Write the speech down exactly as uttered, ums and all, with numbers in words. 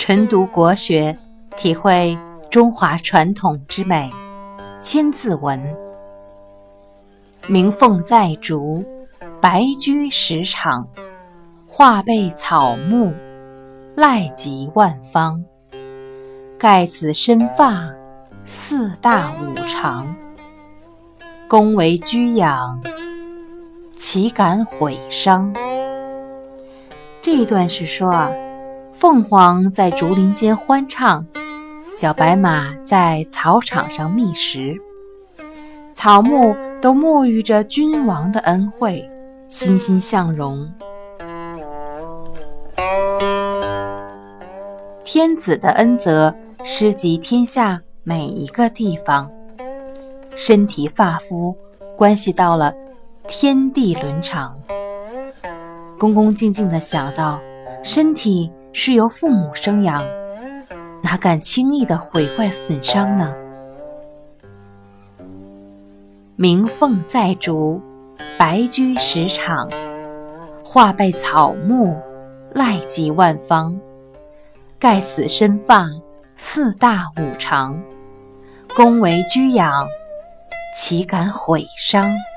晨读国学，体会中华传统之美。千字文：鸣凤在竹，白驹十场。画被草木，赖及万方。盖此身发，四大五常。公为居养，岂敢毁伤？这一段是说啊，凤凰在竹林间欢唱，小白马在草场上觅食，草木都沐浴着君王的恩惠，欣欣向荣。天子的恩泽施及天下每一个地方，身体发肤关系到了天地伦常。恭恭敬敬地想到，身体是由父母生养，哪敢轻易地毁坏损伤呢？鸣凤在竹，白驹十场。画被草木，赖及万方。盖此身发，四大五常。公为居养，岂敢毁伤？